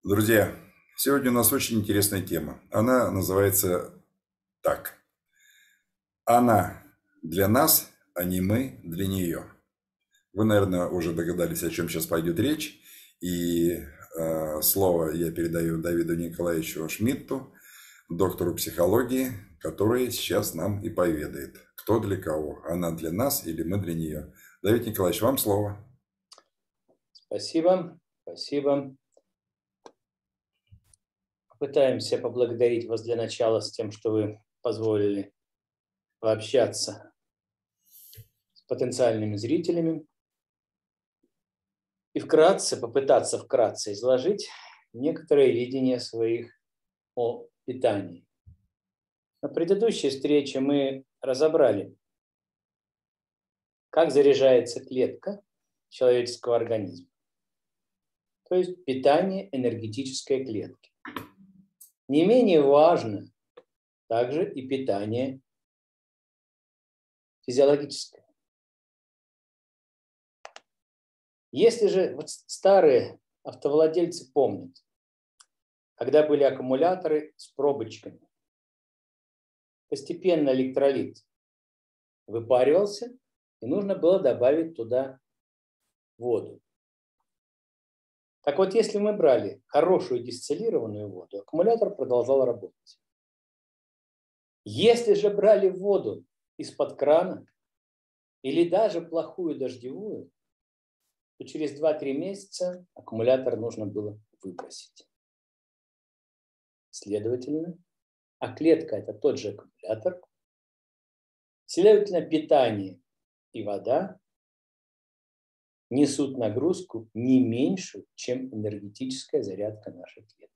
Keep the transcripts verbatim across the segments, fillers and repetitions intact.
Друзья, сегодня у нас очень интересная тема. Она называется так. Она для нас, а не мы для нее. Вы, наверное, уже догадались, о чем сейчас пойдет речь. И э, слово я передаю Давиду Николаевичу Шмидту, доктору психологии, который сейчас нам и поведает, кто для кого. Она для нас или мы для нее. Давид Николаевич, вам слово. Спасибо, спасибо. Попытаемся поблагодарить вас для начала с тем, что вы позволили пообщаться с потенциальными зрителями и вкратце, попытаться вкратце изложить некоторые видения своих о питании. На предыдущей встрече мы разобрали, как заряжается клетка человеческого организма, то есть питание энергетической клетки. Не менее важно также и питание физиологическое. Если же вот старые автовладельцы помнят, когда были аккумуляторы с пробочками, постепенно электролит выпаривался, и нужно было добавить туда воду. Так вот, если мы брали хорошую дистиллированную воду, аккумулятор продолжал работать. Если же брали воду из-под крана или даже плохую дождевую, то через два-три месяца аккумулятор нужно было выбросить. Следовательно, а клетка – это тот же аккумулятор. Следовательно, питание и вода несут нагрузку не меньшую, чем энергетическая зарядка нашей клетки.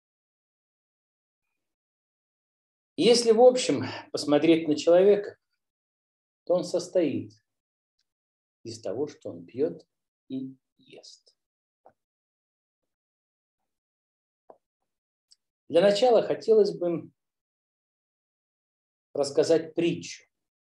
Если в общем посмотреть на человека, то он состоит из того, что он пьет и ест. Для начала хотелось бы рассказать притчу.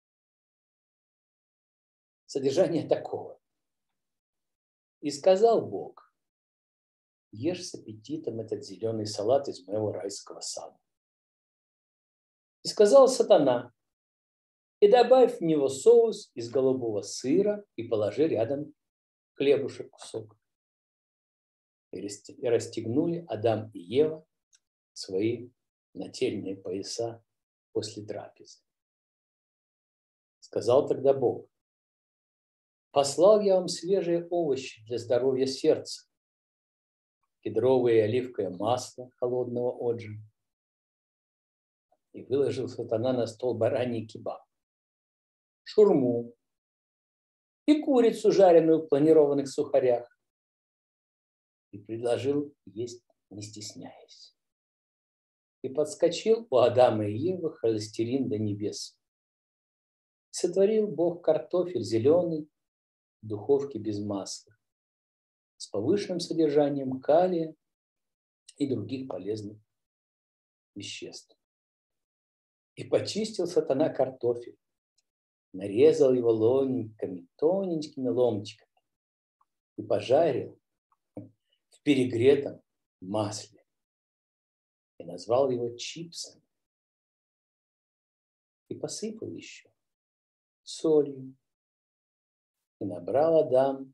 Содержание такого. И сказал Бог: ешь с аппетитом этот зеленый салат из моего райского сада. И сказал сатана: и добавь в него соус из голубого сыра и положи рядом хлебушек кусок. И расстегнули Адам и Ева свои нательные пояса после трапезы. Сказал тогда Бог: послал я вам свежие овощи для здоровья сердца, кедровое и оливковое масло холодного отжима. И выложил сатана на стол бараний кебаб, шурму и курицу, жареную в планированных сухарях. И предложил есть, не стесняясь. И подскочил у Адама и Евы холестерин до небес. Сотворил Бог картофель зеленый в духовке без масла, с повышенным содержанием калия и других полезных веществ. И почистил сатана картофель, нарезал его лоненькими, тоненькими ломтиками и пожарил в перегретом масле. И назвал его чипсами. И посыпал еще солью. И набрал Адам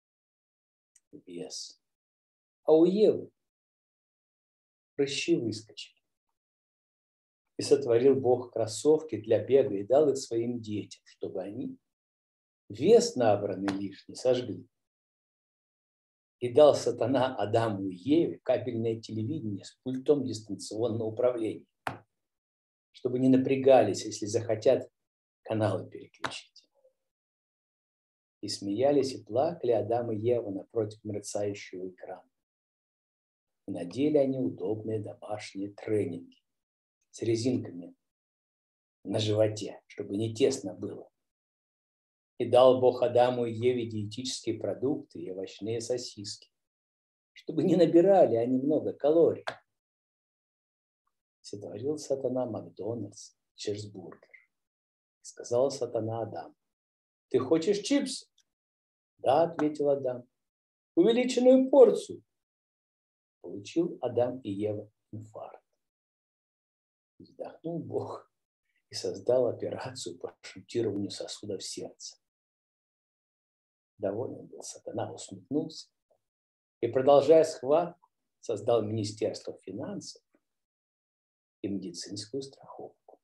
вес. А у Евы прыщи выскочили. И сотворил Бог кроссовки для бега и дал их своим детям, чтобы они вес набранный лишний сожгли. И дал сатана Адаму и Еве кабельное телевидение с пультом дистанционного управления, чтобы не напрягались, если захотят каналы переключить. И смеялись и плакали Адам и Ева напротив мерцающего экрана. И надели они удобные домашние тренинги с резинками на животе, чтобы не тесно было. И дал Бог Адаму и Еве диетические продукты и овощные сосиски, чтобы не набирали они много калорий. Сотворил сатана Макдональдс, чизбургер. Сказал сатана Адаму: ты хочешь чипсы? Да, ответил Адам. Увеличенную порцию. получил Адам и Ева инфаркт. Вздохнул Бог и создал операцию по шунтированию сосудов сердца. Доволен был сатана, усмехнулся и, продолжая схватку, создал Министерство финансов и медицинскую страховку.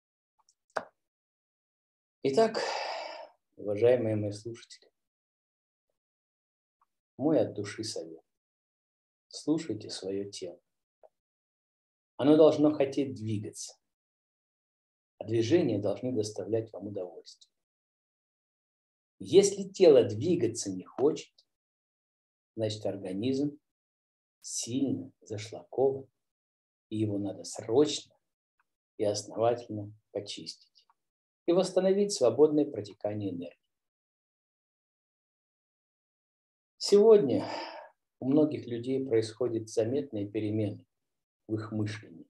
Итак, уважаемые мои слушатели, мой от души совет. Слушайте свое тело. Оно должно хотеть двигаться, а движения должны доставлять вам удовольствие. Если тело двигаться не хочет, значит, организм сильно зашлакован, и его надо срочно и основательно почистить и восстановить свободное протекание энергии. Сегодня у многих людей происходят заметные перемены в их мышлении.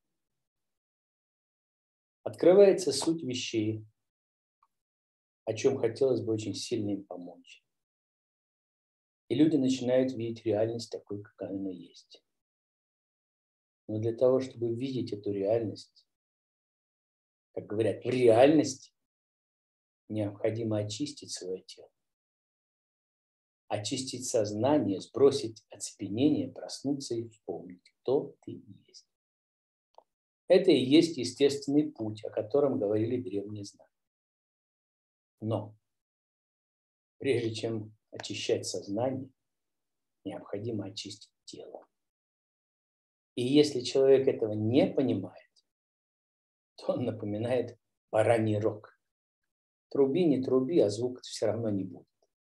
Открывается суть вещей, о чем хотелось бы очень сильно им помочь. И люди начинают видеть реальность такой, какая она есть. Но для того, чтобы видеть эту реальность, как говорят, в реальности, необходимо очистить свое тело. Очистить сознание, сбросить оцепенение, проснуться и вспомнить, кто ты есть. Это и есть естественный путь, о котором говорили древние знания. Но прежде чем очищать сознание, необходимо очистить тело. И если человек этого не понимает, то он напоминает бараний рог. Труби, не труби, а звука все равно не будет.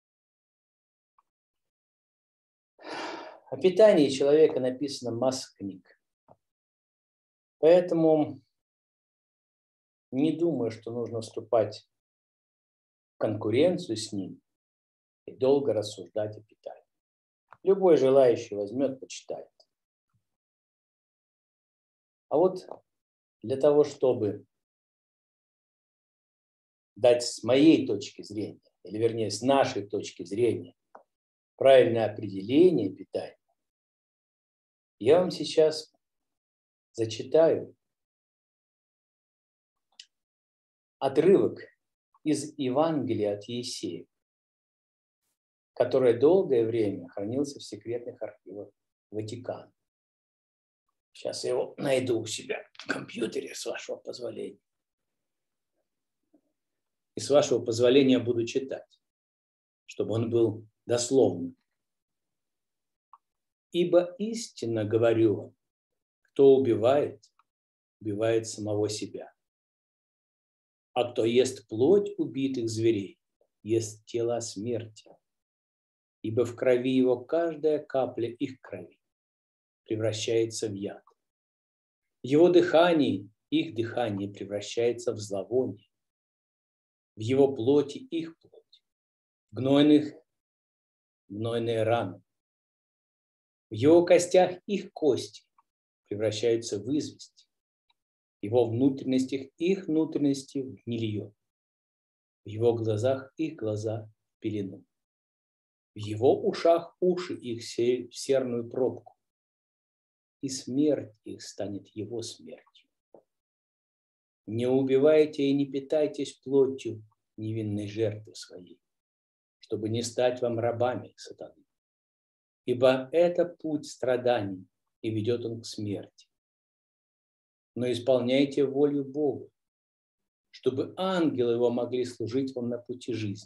О питании человека написано масса книг. Поэтому не думаю, что нужно вступать в конкуренцию с ним и долго рассуждать о питании. Любой желающий возьмет, почитает. А вот для того, чтобы дать с моей точки зрения, или вернее с нашей точки зрения, правильное определение питания, я вам сейчас зачитаю отрывок из Евангелия от Иисея, который долгое время хранился в секретных архивах Ватикана. Сейчас я его найду у себя в компьютере, с вашего позволения. И с вашего позволения буду читать, чтобы он был дословным. «Ибо истинно говорю вам, кто убивает, убивает самого себя. А кто ест плоть убитых зверей, ест тела смерти. Ибо в крови его каждая капля их крови превращается в яд. В его дыхании их дыхание превращается в зловоние. В его плоти их плоть, в гнойных гнойные раны. В его костях их кости превращаются в известь. В его внутренностях их внутренности в гнилье. В его глазах их глаза в пелену. В его ушах уши их в серную пробку. И смерть их станет его смертью. Не убивайте и не питайтесь плотью невинной жертвы своей, чтобы не стать вам рабами сатаны. Ибо это путь страданий, и ведет он к смерти. Но исполняйте волю Бога, чтобы ангелы его могли служить вам на пути жизни.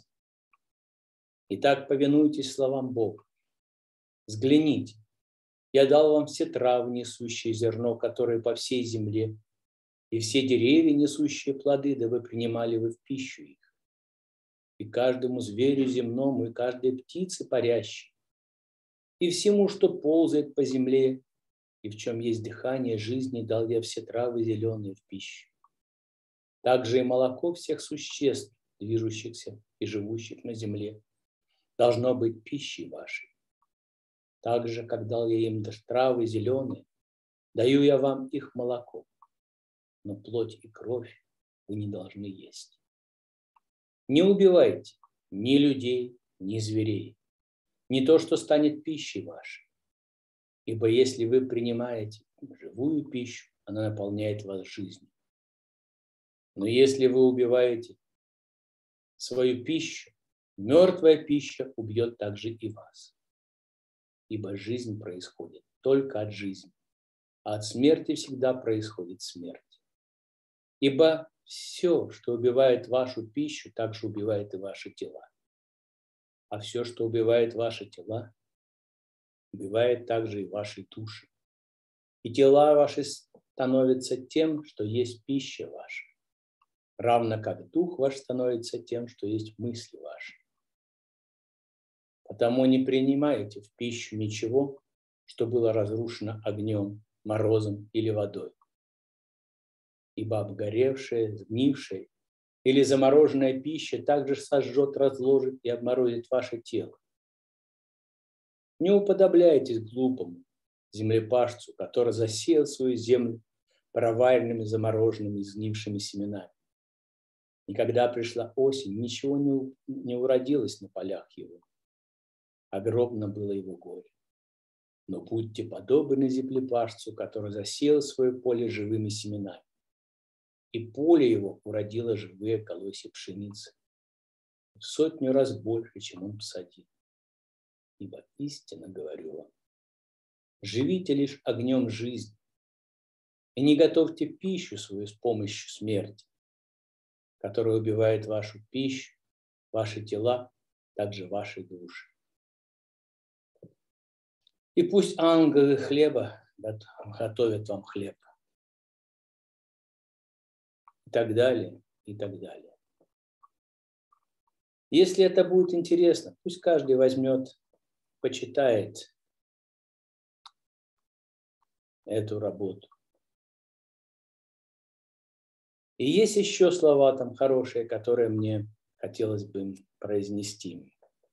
Итак, повинуйтесь словам Бога. Взгляните, я дал вам все травы, несущие зерно, которые по всей земле, и все деревья, несущие плоды, да вы принимали вы в пищу их. И каждому зверю земному, и каждой птице парящей, и всему, что ползает по земле, и в чем есть дыхание жизни, дал я все травы зеленые в пищу. Также и молоко всех существ, движущихся и живущих на земле, должно быть пищей вашей. Так же, как дал я им травы зеленые, даю я вам их молоко, но плоть и кровь вы не должны есть. Не убивайте ни людей, ни зверей, не то, что станет пищей вашей. Ибо если вы принимаете живую пищу, она наполняет вас жизнью. Но если вы убиваете свою пищу, мертвая пища убьет также и вас. Ибо жизнь происходит только от жизни, а от смерти всегда происходит смерть. Ибо все, что убивает вашу пищу, также убивает и ваши тела. А все, что убивает ваши тела, убивает также и ваши души. И тела ваши становятся тем, что есть пища ваша, равно как дух ваш становится тем, что есть мысли ваши. Потому не принимайте в пищу ничего, что было разрушено огнем, морозом или водой. Ибо обгоревшая, сгнившая или замороженная пища также сожжет, разложит и обморозит ваше тело. Не уподобляйтесь глупому землепашцу, который засеял свою землю проваренными, замороженными, сгнившими семенами. И когда пришла осень, ничего не, не уродилось на полях его. Огромно было его горе. Но будьте подобны землепашцу, который засеял свое поле живыми семенами. И поле его уродило живые колосья пшеницы в сотню раз больше, чем он посадил. Ибо истинно говорю вам, живите лишь огнем жизни и не готовьте пищу свою с помощью смерти, которая убивает вашу пищу, ваши тела, также ваши души. И пусть ангелы хлеба готовят вам хлеб. И так далее, и так далее. Если это будет интересно, пусть каждый возьмет, почитает эту работу. И есть еще слова там хорошие, которые мне хотелось бы произнести.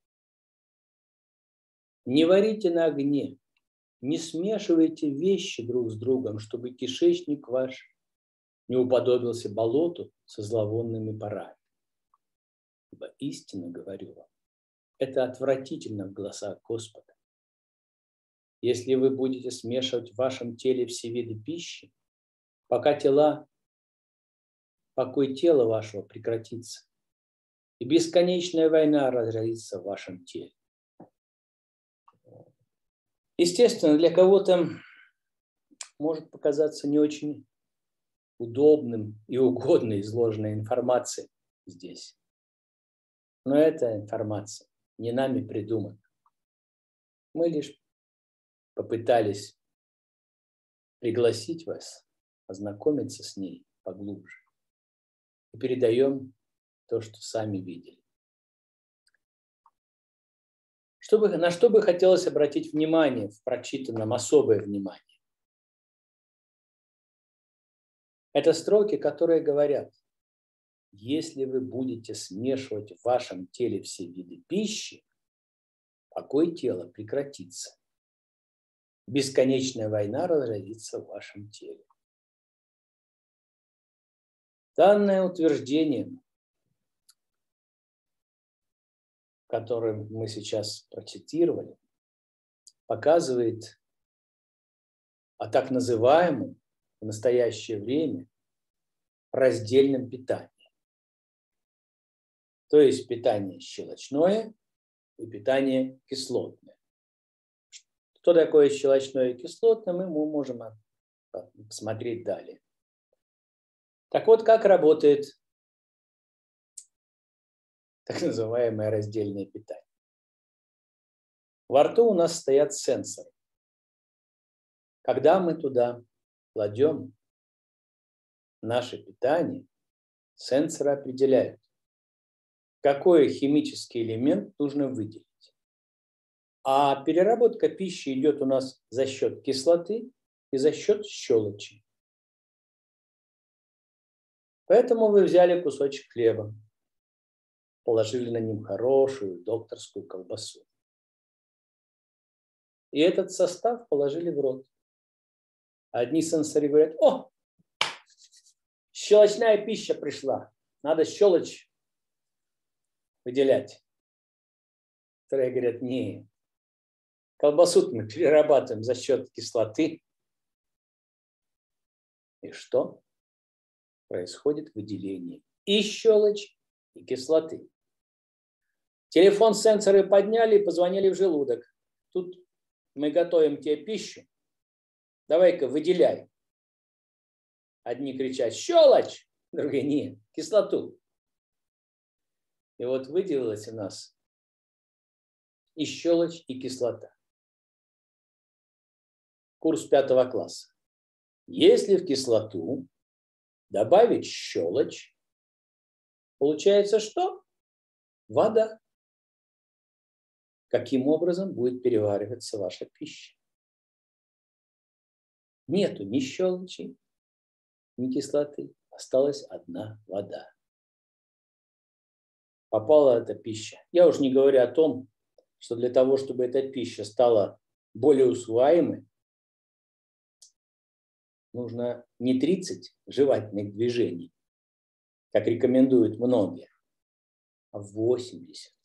Не варите на огне, не смешивайте вещи друг с другом, чтобы кишечник ваш не уподобился болоту со зловонными парами. Ибо истинно говорю вам, это отвратительно в глазах Господа. Если вы будете смешивать в вашем теле все виды пищи, пока тела, покой тела вашего прекратится, и бесконечная война разразится в вашем теле. Естественно, для кого-то может показаться не очень удобным и угодной изложенная информация здесь. Но эта информация не нами придумана. Мы лишь попытались пригласить вас ознакомиться с ней поглубже. И передаем то, что сами видели. Что бы, на что бы хотелось обратить внимание в прочитанном, особое внимание? Это строки, которые говорят, если вы будете смешивать в вашем теле все виды пищи, покой тела прекратится. Бесконечная война разразится в вашем теле. Данное утверждение, которое мы сейчас процитировали, показывает о так называемом в настоящее время раздельном питании. То есть питание щелочное и питание кислотное. Что такое щелочное и кислотное, мы можем посмотреть далее. Так вот, как работает так называемое раздельное питание. Во рту у нас стоят сенсоры. Когда мы туда кладем наше питание, сенсоры определяют, какой химический элемент нужно выделить. А переработка пищи идет у нас за счет кислоты и за счет щелочи. Поэтому вы взяли кусочек хлеба, положили на нем хорошую докторскую колбасу. И этот состав положили в рот. Одни сенсоры говорят, о, щелочная пища пришла, надо щелочь выделять. Вторые говорят, не, Колбасу мы перерабатываем за счет кислоты. И что? Происходит выделение и щелочь, и кислоты. Телефон, сенсоры подняли и позвонили в желудок. Тут мы готовим тебе пищу. Давай-ка выделяй. Одни кричат щелочь, другие нет, кислоту. И вот выделилась у нас и щелочь, и кислота. Курс пятого класса. Если в кислоту добавить щелочь, получается что? Вода. Каким образом будет перевариваться ваша пища? Нету ни щелочи, ни кислоты. Осталась одна вода. Попала эта пища. Я уж не говорю о том, что для того, чтобы эта пища стала более усвояемой, нужно не тридцать жевательных движений, как рекомендуют многие, а восемьдесят.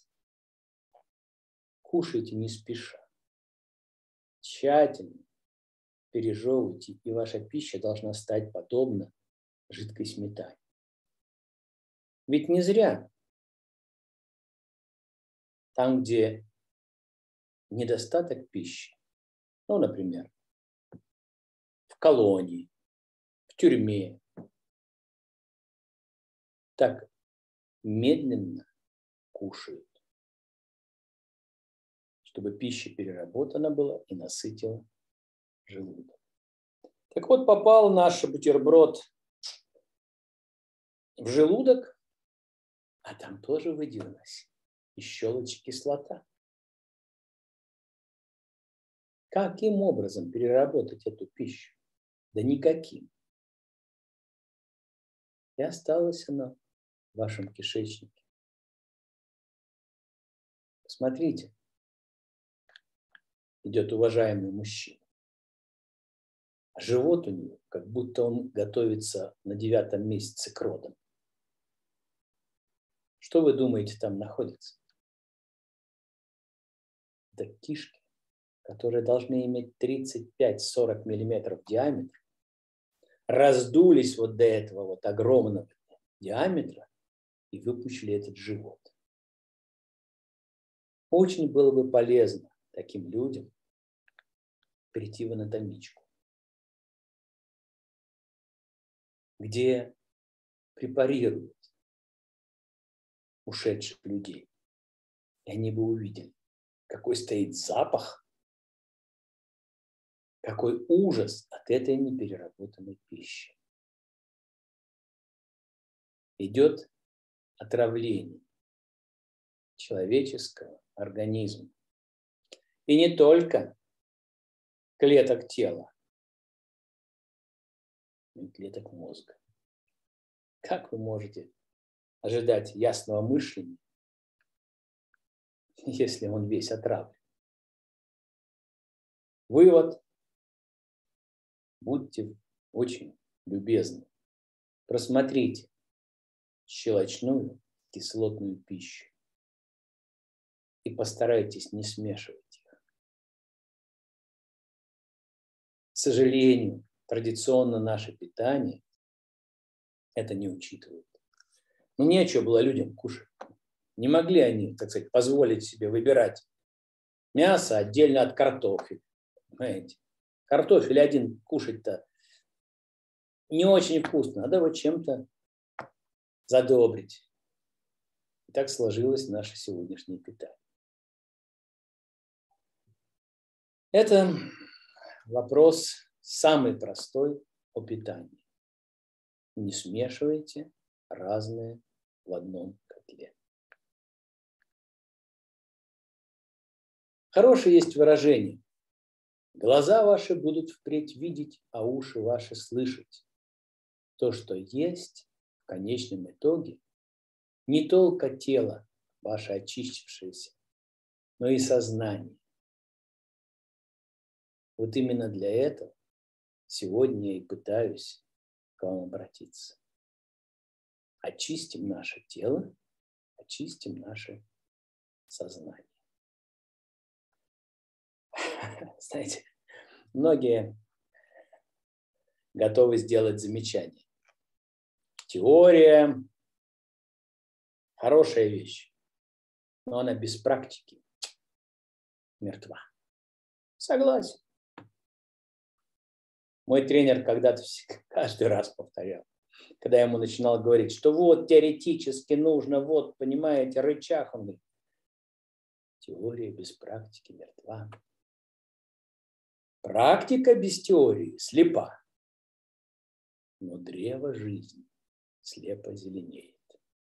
Кушайте не спеша. Тщательно пережевывайте, и ваша пища должна стать подобна жидкой сметане. Ведь не зря там, где недостаток пищи, ну, например, в колонии, в тюрьме, так медленно кушают, чтобы пища переработана была и насытила желудок. Так вот, попал наш бутерброд в желудок, а там тоже выделилась и щелочь, кислота. Каким образом переработать эту пищу? Да никаким. И осталась она в вашем кишечнике. Посмотрите, идет уважаемый мужчина. А живот у него, как будто он готовится на девятом месяце к родам. Что вы думаете, там находится? Это кишки, которые должны иметь тридцать пять - сорок миллиметров диаметра, раздулись вот до этого вот огромного диаметра и выпучили этот живот. Очень было бы полезно таким людям прийти в анатомичку, где препарируют ушедших людей. И они бы увидели, какой стоит запах, какой ужас от этой непереработанной пищи. Идет отравление человеческого организма. И не только клеток тела, но и клеток мозга. Как вы можете ожидать ясного мышления, если он весь отравлен? Вывод. Будьте очень любезны. Просмотрите щелочную кислотную пищу и постарайтесь не смешивать их. К сожалению, традиционно наше питание это не учитывает. Ну, нечего было людям кушать. Не могли они, так сказать, позволить себе выбирать мясо отдельно от картофеля. Понимаете? Картофель один кушать-то не очень вкусно. Надо вот чем-то задобрить. И так сложилось наше сегодняшнее питание. Это вопрос самый простой о питании. Не смешивайте разные в одном котле. Хорошее есть выражение. Глаза ваши будут впредь видеть, а уши ваши слышать. То, что есть в конечном итоге, не только тело ваше очистившееся, но и сознание. Вот именно для этого сегодня я и пытаюсь к вам обратиться. Очистим наше тело, очистим наше сознание. знаете, многие готовы сделать замечание. Теория – хорошая вещь, но она без практики мертва. Согласен. Мой тренер когда-то каждый раз повторял, когда я ему начинал говорить, что вот теоретически нужно, вот, понимаете, рычаг. Он говорит, теория без практики мертва. Практика без теории слепа, но древо жизни слепо зеленеет.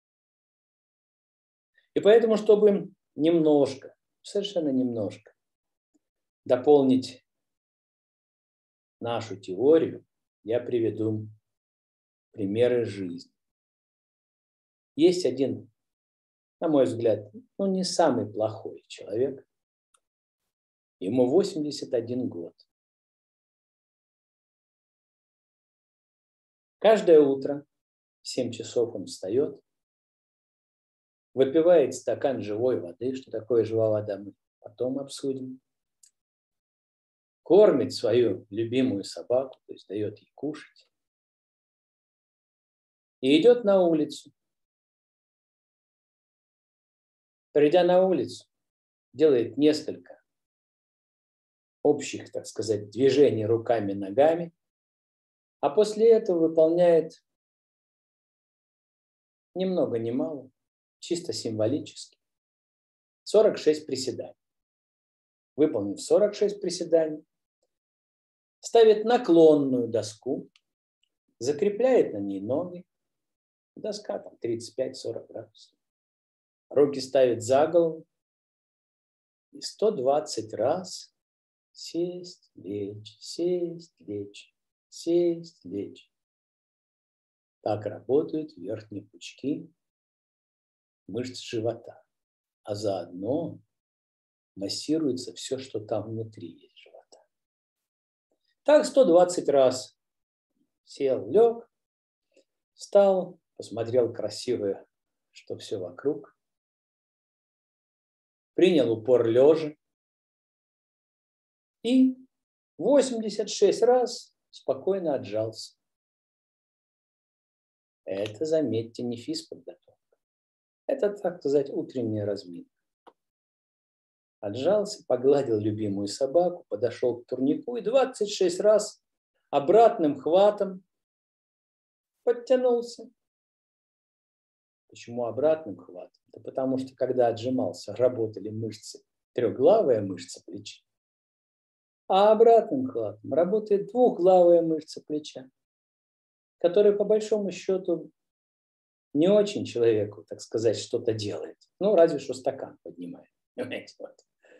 И поэтому, чтобы немножко, совершенно немножко дополнить нашу теорию, я приведу примеры жизни. Есть один, на мой взгляд, ну не самый плохой человек. Ему восемьдесят один год. Каждое утро в семь часов он встает, выпивает стакан живой воды. Что такое живая вода, мы потом обсудим. Кормит свою любимую собаку, то есть дает ей кушать. И идет на улицу. Придя на улицу, делает несколько общих, так сказать, движений руками, ногами, а после этого выполняет ни много ни мало, чисто символически, сорок шесть приседаний. Выполнив сорок шесть приседаний, ставит наклонную доску, закрепляет на ней ноги, доска там тридцать пять - сорок градусов, руки ставит за голову и сто двадцать раз сесть, лечь, сесть, лечь, сесть, лечь. Так работают верхние пучки мышц живота, а заодно массируется все, что там внутри есть живота. Так сто двадцать раз сел, лег, встал, посмотрел красивое, что все вокруг, принял упор лежа и восемьдесят шесть раз спокойно отжался. Это, заметьте, не физподготовка. Это, так сказать, утренняя разминка. Отжался, погладил любимую собаку, подошел к турнику и двадцать шесть раз обратным хватом подтянулся. Почему обратным хватом? Да потому что, когда отжимался, работали мышцы, трехглавая мышца плеча, а обратным хватом работает двухглавая мышца плеча, которая, по большому счету, не очень человеку, так сказать, что-то делает. Ну, разве что стакан поднимает. Понимаете? Вот.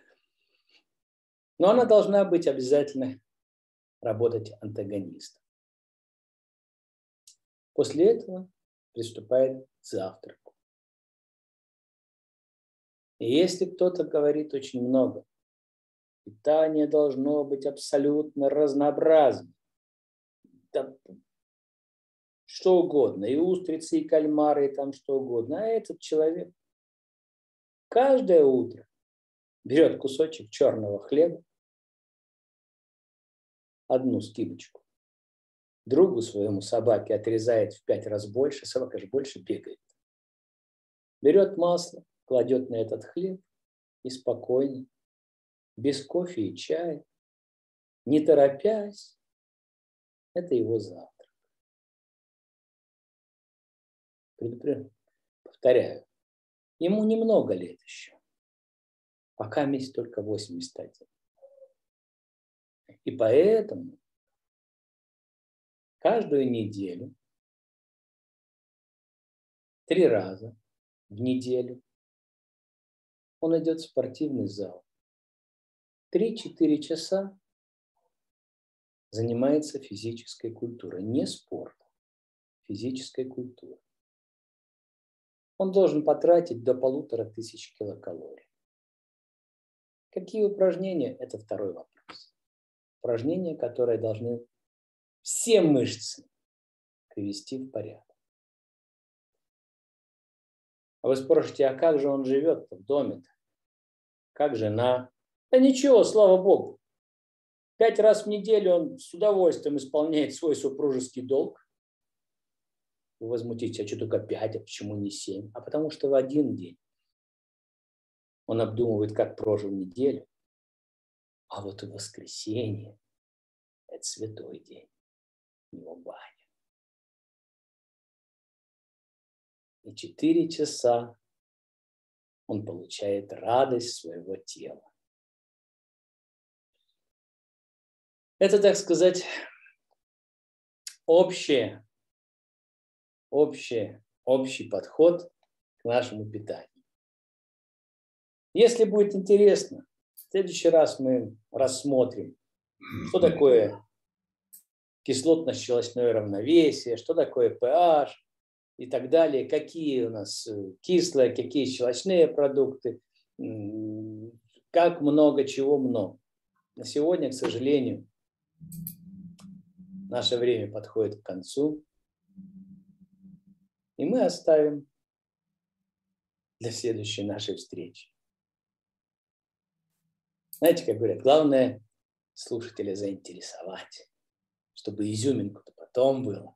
Но она должна быть обязательно работать антагонистом. После этого приступает к завтраку. И если кто-то говорит очень много, питание должно быть абсолютно разнообразным, да, что угодно, и устрицы, и кальмары, и там что угодно, а этот человек каждое утро берет кусочек черного хлеба, одну скибочку, другу своему собаке отрезает в пять раз больше, собака же больше бегает. Берет масло, кладет на этот хлеб и спокойно, без кофе и чая, не торопясь, это его завтрак. Повторяю, ему немного лет еще, пока месяц только восемьдесят один. И поэтому каждую неделю, три раза в неделю он идет в спортивный зал. три-четыре часа занимается физической культурой, не спортом, физической культурой. Он должен потратить до полутора тысяч килокалорий. Какие упражнения? Это второй вопрос. Упражнения, которые должны все мышцы привести в порядок. А вы спросите, а как же он живет в доме-то? Как жена? Да ничего, слава Богу. Пять раз в неделю он с удовольствием исполняет свой супружеский долг. Вы возмутитесь, а что только пять, а почему не семь? А потому что в один день он обдумывает, как прожил неделю. А вот в воскресенье – это святой день, его баня. И четыре часа он получает радость своего тела. Это, так сказать, общее, общее, общий подход к нашему питанию. Если будет интересно, в следующий раз мы рассмотрим, что такое кислотно-щелочное равновесие, что такое pH и так далее, какие у нас кислые, какие щелочные продукты, как много чего много. На сегодня, к сожалению, наше время подходит к концу, и мы оставим для следующей нашей встречи. Знаете, как говорят, главное слушателя заинтересовать, чтобы изюминку-то потом было.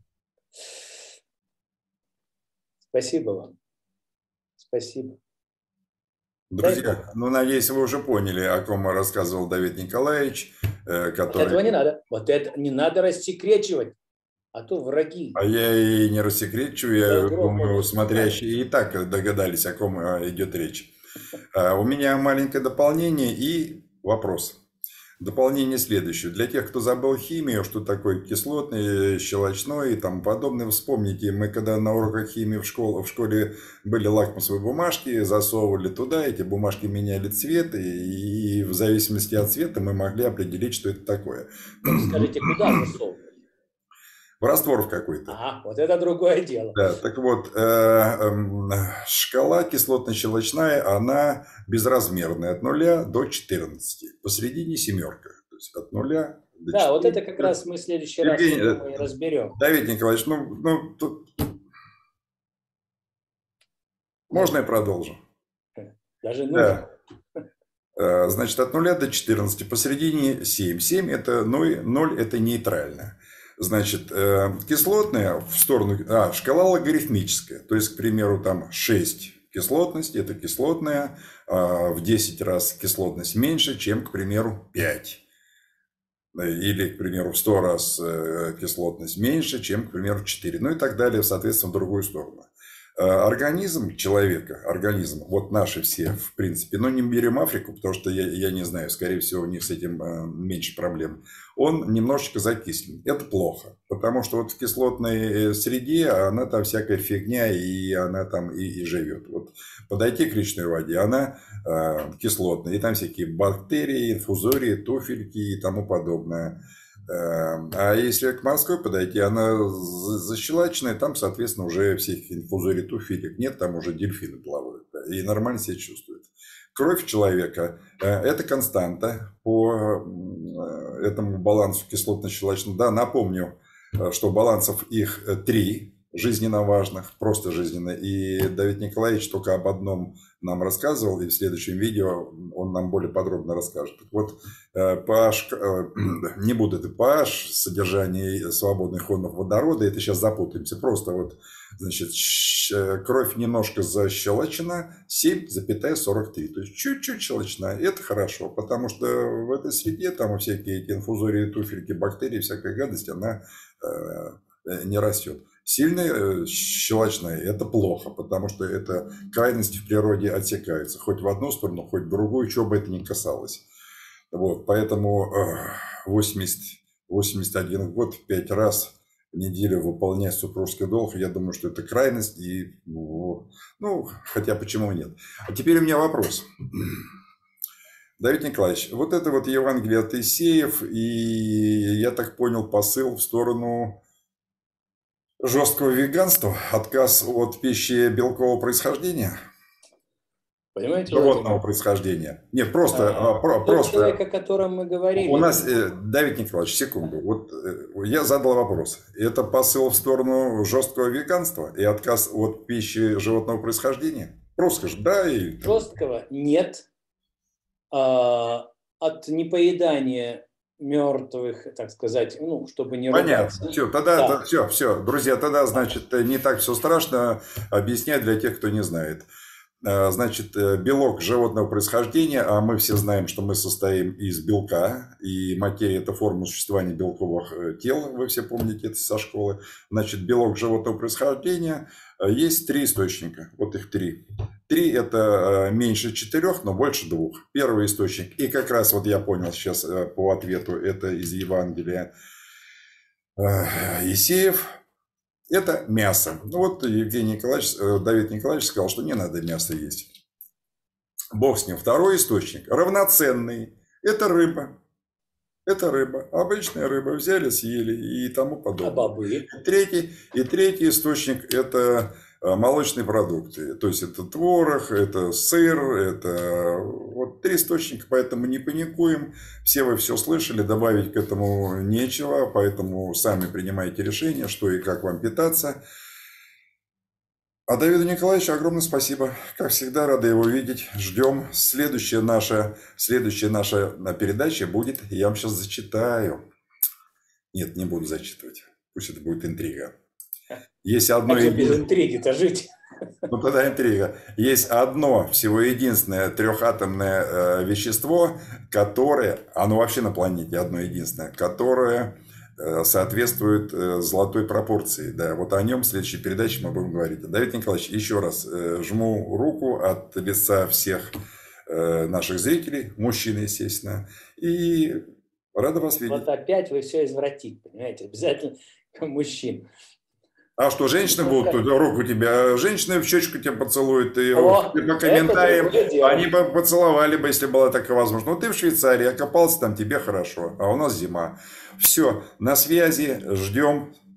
Спасибо вам. Спасибо. Друзья, ну, надеюсь, вы уже поняли, о ком рассказывал Давид Николаевич. Который... Вот этого не надо. Вот это не надо рассекречивать, а то враги. А я и не рассекречу, я думаю, смотрящие и так догадались, о ком идет речь. У меня маленькое дополнение и вопрос. Дополнение следующее. Для тех, кто забыл химию, что такое кислотный, щелочной и тому подобное, вспомните, мы когда на уроках химии в школе, в школе были лакмусовые бумажки, засовывали туда, эти бумажки меняли цвет, и, и в зависимости от цвета мы могли определить, что это такое. Скажите, куда засовывали? В раствор в какой-то. Ага, вот это другое дело. Да, так вот, э, э, шкала кислотно-щелочная, она безразмерная, от нуля до четырнадцати. Посередине семерка. То есть от нуля до да, четырнадцати. Вот это как раз мы в следующий Евгений, раз мы разберем. Давид Николаевич, ну, ну тут... можно я продолжу? Даже нужно. Да. Значит, от нуля до четырнадцати, посередине семь. семь это ноль, ноль это нейтральная. Значит, кислотная в сторону, а, шкала логарифмическая, то есть, к примеру, там шесть кислотности, это кислотная, а в десять раз кислотность меньше, чем, к примеру, пять. Или, к примеру, в сто раз кислотность меньше, чем, к примеру, четыре. Ну и так далее, соответственно, в другую сторону. Организм человека, организм, вот наши все, в принципе, но не берем Африку, потому что я, я не знаю, скорее всего, у них с этим меньше проблем, он немножечко закислен. Это плохо, потому что вот в кислотной среде она там всякая фигня, и она там и, и живет. Вот подойти к речной воде, она э, кислотная, и там всякие бактерии, инфузории, туфельки и тому подобное. А если к морской подойти, она защелаченная, там, соответственно, уже всех инфузорий, туфелек нет, там уже дельфины плавают, и нормально себя чувствуют. Кровь человека – это константа по этому балансу кислотно-щелочного. Да, напомню, что балансов их три жизненно важных, просто жизненно. И Давид Николаевич только об одном нам рассказывал, и в следующем видео он нам более подробно расскажет. Так вот, pH, не буду это pH, содержание свободных ионов водорода, это сейчас запутаемся. Просто вот, значит, кровь немножко защелочена, семь целых сорок три. То есть чуть-чуть щелочная. Это хорошо, потому что в этой среде там всякие эти инфузории, туфельки, бактерии, всякая гадость, она не растет. Сильная щелочная – это плохо, потому что это крайности в природе отсекаются. Хоть в одну сторону, хоть в другую, чего бы это ни касалось. Вот, поэтому восемьдесят, восемьдесят один год, пять раз в неделю выполнять супружеский долг, я думаю, что это крайность. И, ну, хотя почему нет. А теперь у меня вопрос. Давид Николаевич, вот это вот Евангелие от Исеев, и я так понял посыл в сторону жесткого веганства, отказ от пищи белкового происхождения, понимаете, животного Владимир? происхождения. Нет, просто, а, про, тот просто. Человек, о котором мы говорили. У нас, Давид Николаевич, секунду. Вот я задал вопрос. Это посыл в сторону жесткого веганства и отказ от пищи животного происхождения? Просто скажи, да или... Жесткого нет. А, от непоедания мертвых, так сказать, ну, чтобы не Понятно. ругаться. Все, тогда, Да. да. все, все, друзья, тогда, значит, не так все страшно объяснять для тех, кто не знает. Значит, белок животного происхождения, а мы все знаем, что мы состоим из белка, и материя – это форма существования белковых тел, вы все помните это со школы. Значит, белок животного происхождения, есть три источника, вот их три. Три – это меньше четырех, но больше двух. Первый источник, и как раз вот я понял сейчас по ответу, это из Евангелия Исеев. Это мясо. Ну вот Евгений Николаевич, Давид Николаевич сказал, что не надо мясо есть. Бог с ним. Второй источник, равноценный. Это рыба. Это рыба. Обычная рыба. Взяли, съели и тому подобное. А бобы? И третий, и третий источник – это молочные продукты. То есть это творог, это сыр, это вот три источника, поэтому не паникуем. Все вы все слышали, добавить к этому нечего, поэтому сами принимайте решение, что и как вам питаться. А Давиду Николаевичу огромное спасибо. Как всегда, рады его видеть. Ждем. Следующая наша, следующая наша передача будет, я вам сейчас зачитаю. Нет, не буду зачитывать. Пусть это будет интрига. Есть одно а без интриги-то жить. Ну, тогда интрига. Есть одно, всего единственное трехатомное э, вещество, которое, оно вообще на планете одно единственное, которое э, соответствует э, золотой пропорции. Да, вот о нем в следующей передаче мы будем говорить. Давид Николаевич, еще раз э, жму руку от лица всех э, наших зрителей, мужчин, естественно, и рада вас видеть. Вот опять вы все извратите, понимаете, обязательно мужчин. А что, женщины Ну, будут, руку тебя, женщины в щечку тебя поцелуют, и О, по комментариям дело. они бы поцеловали бы, если была такая возможность. Ну, ты в Швейцарии, окопался там, тебе хорошо, а у нас зима. Все, на связи, ждем.